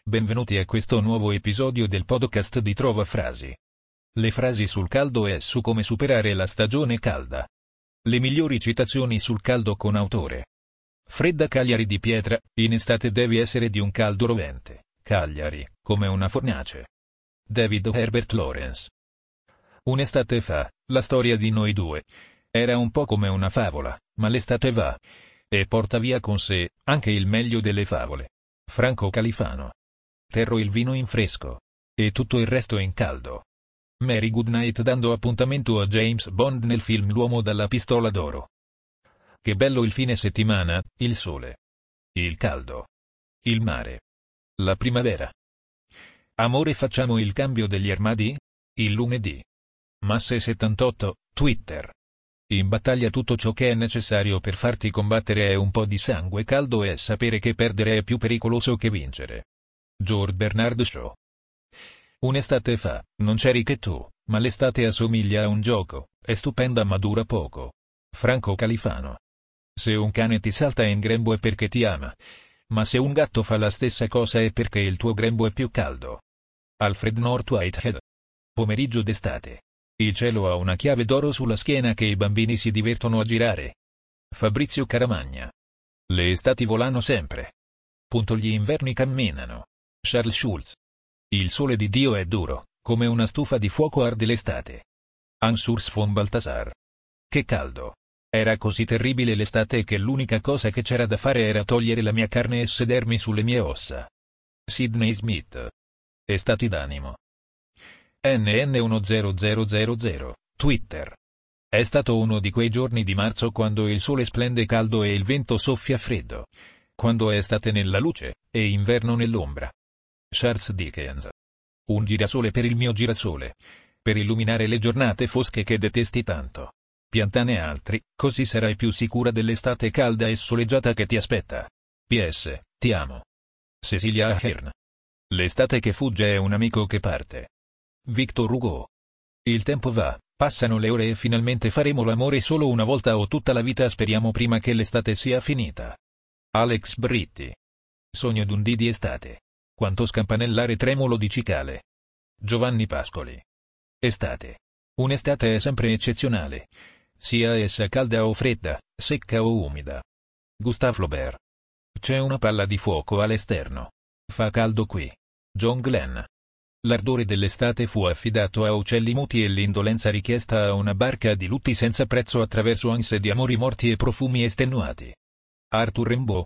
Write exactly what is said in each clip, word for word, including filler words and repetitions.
Benvenuti a questo nuovo episodio del podcast di Trova Frasi. Le frasi sul caldo e su come superare la stagione calda. Le migliori citazioni sul caldo con autore. Fredda Cagliari di Pietra, in estate devi essere di un caldo rovente, Cagliari, come una fornace. David Herbert Lawrence. Un'estate fa, la storia di noi due. Era un po' come una favola, ma l'estate va. E porta via con sé, anche il meglio delle favole. Franco Califano. Terro il vino in fresco. E tutto il resto in caldo. Mary Goodnight dando appuntamento a James Bond nel film L'uomo dalla pistola d'oro. Che bello il fine settimana, il sole. Il caldo. Il mare. La primavera. Amore, facciamo il cambio degli armadi? Il lunedì. Masse settantotto, Twitter. In battaglia tutto ciò che è necessario per farti combattere è un po' di sangue caldo e sapere che perdere è più pericoloso che vincere. George Bernard Shaw. Un'estate fa, non c'eri che tu, ma l'estate assomiglia a un gioco, è stupenda ma dura poco. Franco Califano. Se un cane ti salta in grembo è perché ti ama, ma se un gatto fa la stessa cosa è perché il tuo grembo è più caldo. Alfred North Whitehead. Pomeriggio d'estate. Il cielo ha una chiave d'oro sulla schiena che i bambini si divertono a girare. Fabrizio Caramagna. Le estati volano sempre. Punto gli inverni camminano. Charles Schulz. Il sole di Dio è duro, come una stufa di fuoco arde l'estate. Hans Urs von Balthasar. Che caldo. Era così terribile l'estate che l'unica cosa che c'era da fare era togliere la mia carne e sedermi sulle mie ossa. Sidney Smith. Estati d'animo. N N uno zero zero zero zero, Twitter. È stato uno di quei giorni di marzo quando il sole splende caldo e il vento soffia freddo. Quando è estate nella luce, e inverno nell'ombra. Charles Dickens. Un girasole per il mio girasole. Per illuminare le giornate fosche che detesti tanto. Piantane altri, così sarai più sicura dell'estate calda e soleggiata che ti aspetta. P S. Ti amo. Cecilia Ahern. L'estate che fugge è un amico che parte. Victor Hugo. Il tempo va, passano le ore e finalmente faremo l'amore solo una volta o tutta la vita, speriamo prima che l'estate sia finita. Alex Britti. Sogno d'un dì di estate. Quanto scampanellare tremolo di cicale. Giovanni Pascoli. Estate. Un'estate è sempre eccezionale. Sia essa calda o fredda, secca o umida. Gustave Flaubert. C'è una palla di fuoco all'esterno. Fa caldo qui. John Glenn. L'ardore dell'estate fu affidato a uccelli muti e l'indolenza richiesta a una barca di lutti senza prezzo attraverso ansie di amori morti e profumi estenuati. Arthur Rimbaud.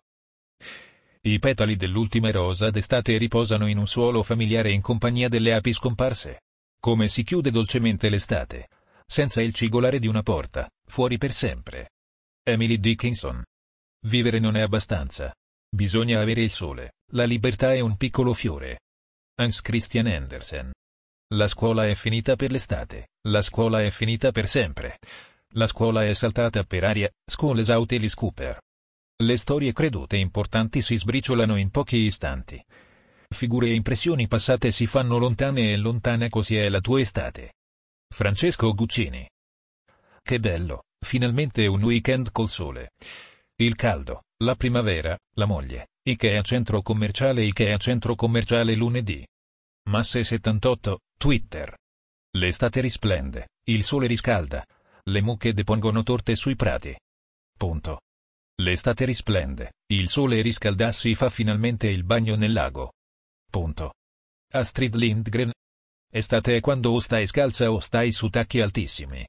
I petali dell'ultima rosa d'estate riposano in un suolo familiare in compagnia delle api scomparse. Come si chiude dolcemente l'estate, senza il cigolare di una porta, fuori per sempre. Emily Dickinson. Vivere non è abbastanza. Bisogna avere il sole, la libertà è un piccolo fiore. Hans Christian Andersen. La scuola è finita per l'estate, la scuola è finita per sempre. La scuola è saltata per aria, School's out Alice Cooper. Le storie credute importanti si sbriciolano in pochi istanti. Figure e impressioni passate si fanno lontane e lontana così è la tua estate. Francesco Guccini. Che bello, finalmente un weekend col sole. Il caldo, la primavera, la moglie, Ikea centro commerciale Ikea centro commerciale lunedì. Masse settantotto, Twitter. L'estate risplende, il sole riscalda. Le mucche depongono torte sui prati. Punto. L'estate risplende, il sole riscalda, si fa finalmente il bagno nel lago. Punto. Astrid Lindgren. Estate è quando o stai scalza o stai su tacchi altissimi.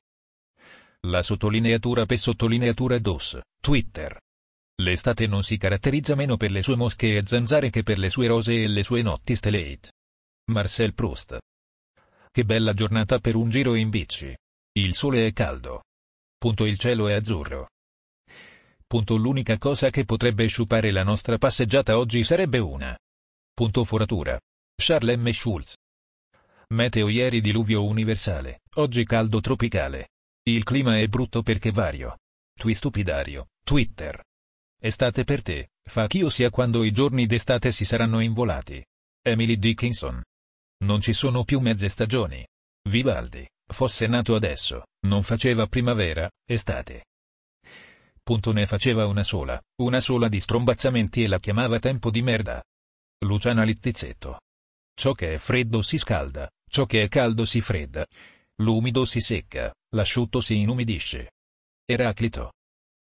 La sottolineatura per sottolineatura dos, Twitter. L'estate non si caratterizza meno per le sue mosche e zanzare che per le sue rose e le sue notti stellate. Marcel Proust. Che bella giornata per un giro in bici. Il sole è caldo. Punto, il cielo è azzurro. Punto, l'unica cosa che potrebbe sciupare la nostra passeggiata oggi sarebbe una. Punto, foratura. Charles M. Schulz. Meteo ieri diluvio universale, oggi caldo tropicale. Il clima è brutto perché vario. Twi stupidario, Twitter. Estate per te, fa ch'io sia quando i giorni d'estate si saranno involati. Emily Dickinson. Non ci sono più mezze stagioni. Vivaldi, fosse nato adesso, non faceva primavera, estate. Punto, ne faceva una sola, una sola di strombazzamenti e la chiamava tempo di merda. Luciana Littizzetto. Ciò che è freddo si scalda, ciò che è caldo si fredda. L'umido si secca, l'asciutto si inumidisce. Eraclito.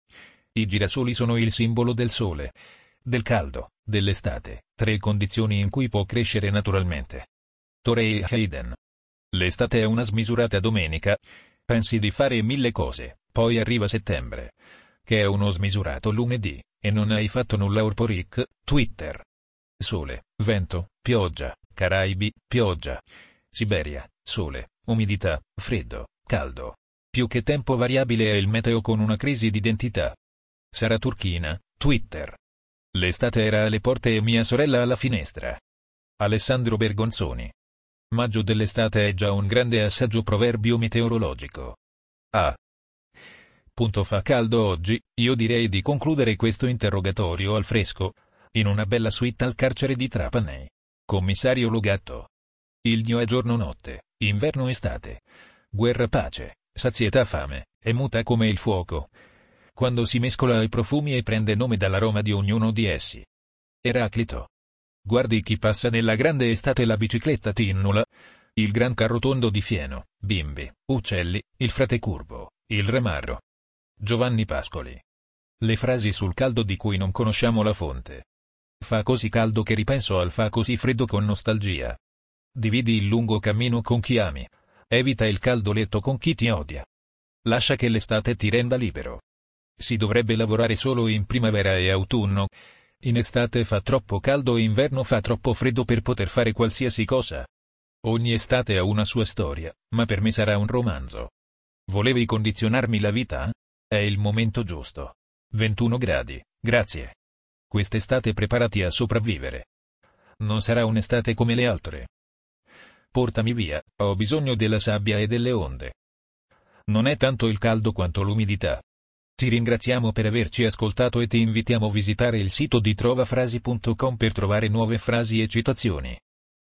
I girasoli sono il simbolo del sole, del caldo, dell'estate, tre condizioni in cui può crescere naturalmente. Torrey Hayden. L'estate è una smisurata domenica. Pensi di fare mille cose, poi arriva settembre, che è uno smisurato lunedì, e non hai fatto nulla. Orporic, Twitter. Sole, vento, pioggia, Caraibi, pioggia. Siberia, sole, umidità, freddo, caldo. Più che tempo variabile è il meteo con una crisi d'identità. Sara Turchina, Twitter. L'estate era alle porte e mia sorella alla finestra. Alessandro Bergonzoni. Maggio dell'estate è già un grande assaggio proverbio meteorologico. Ah. Punto fa caldo oggi, io direi di concludere questo interrogatorio al fresco, in una bella suite al carcere di Trapani. Commissario Logatto. Il gno è giorno-notte, inverno-estate. Guerra-pace, sazietà-fame, è muta come il fuoco, quando si mescola ai profumi e prende nome dall'aroma di ognuno di essi. Eraclito. Guardi chi passa nella grande estate la bicicletta tinnula, il gran carro tondo di fieno, bimbi, uccelli, il frate curvo, il remarro. Giovanni Pascoli. Le frasi sul caldo di cui non conosciamo la fonte. Fa così caldo che ripenso al fa così freddo con nostalgia. Dividi il lungo cammino con chi ami. Evita il caldo letto con chi ti odia. Lascia che l'estate ti renda libero. Si dovrebbe lavorare solo in primavera e autunno. In estate fa troppo caldo e inverno fa troppo freddo per poter fare qualsiasi cosa. Ogni estate ha una sua storia, ma per me sarà un romanzo. Volevi condizionarmi la vita? È il momento giusto. ventuno gradi, grazie. Quest'estate preparati a sopravvivere. Non sarà un'estate come le altre. Portami via, ho bisogno della sabbia e delle onde. Non è tanto il caldo quanto l'umidità. Ti ringraziamo per averci ascoltato e ti invitiamo a visitare il sito di trovafrasi punto com per trovare nuove frasi e citazioni.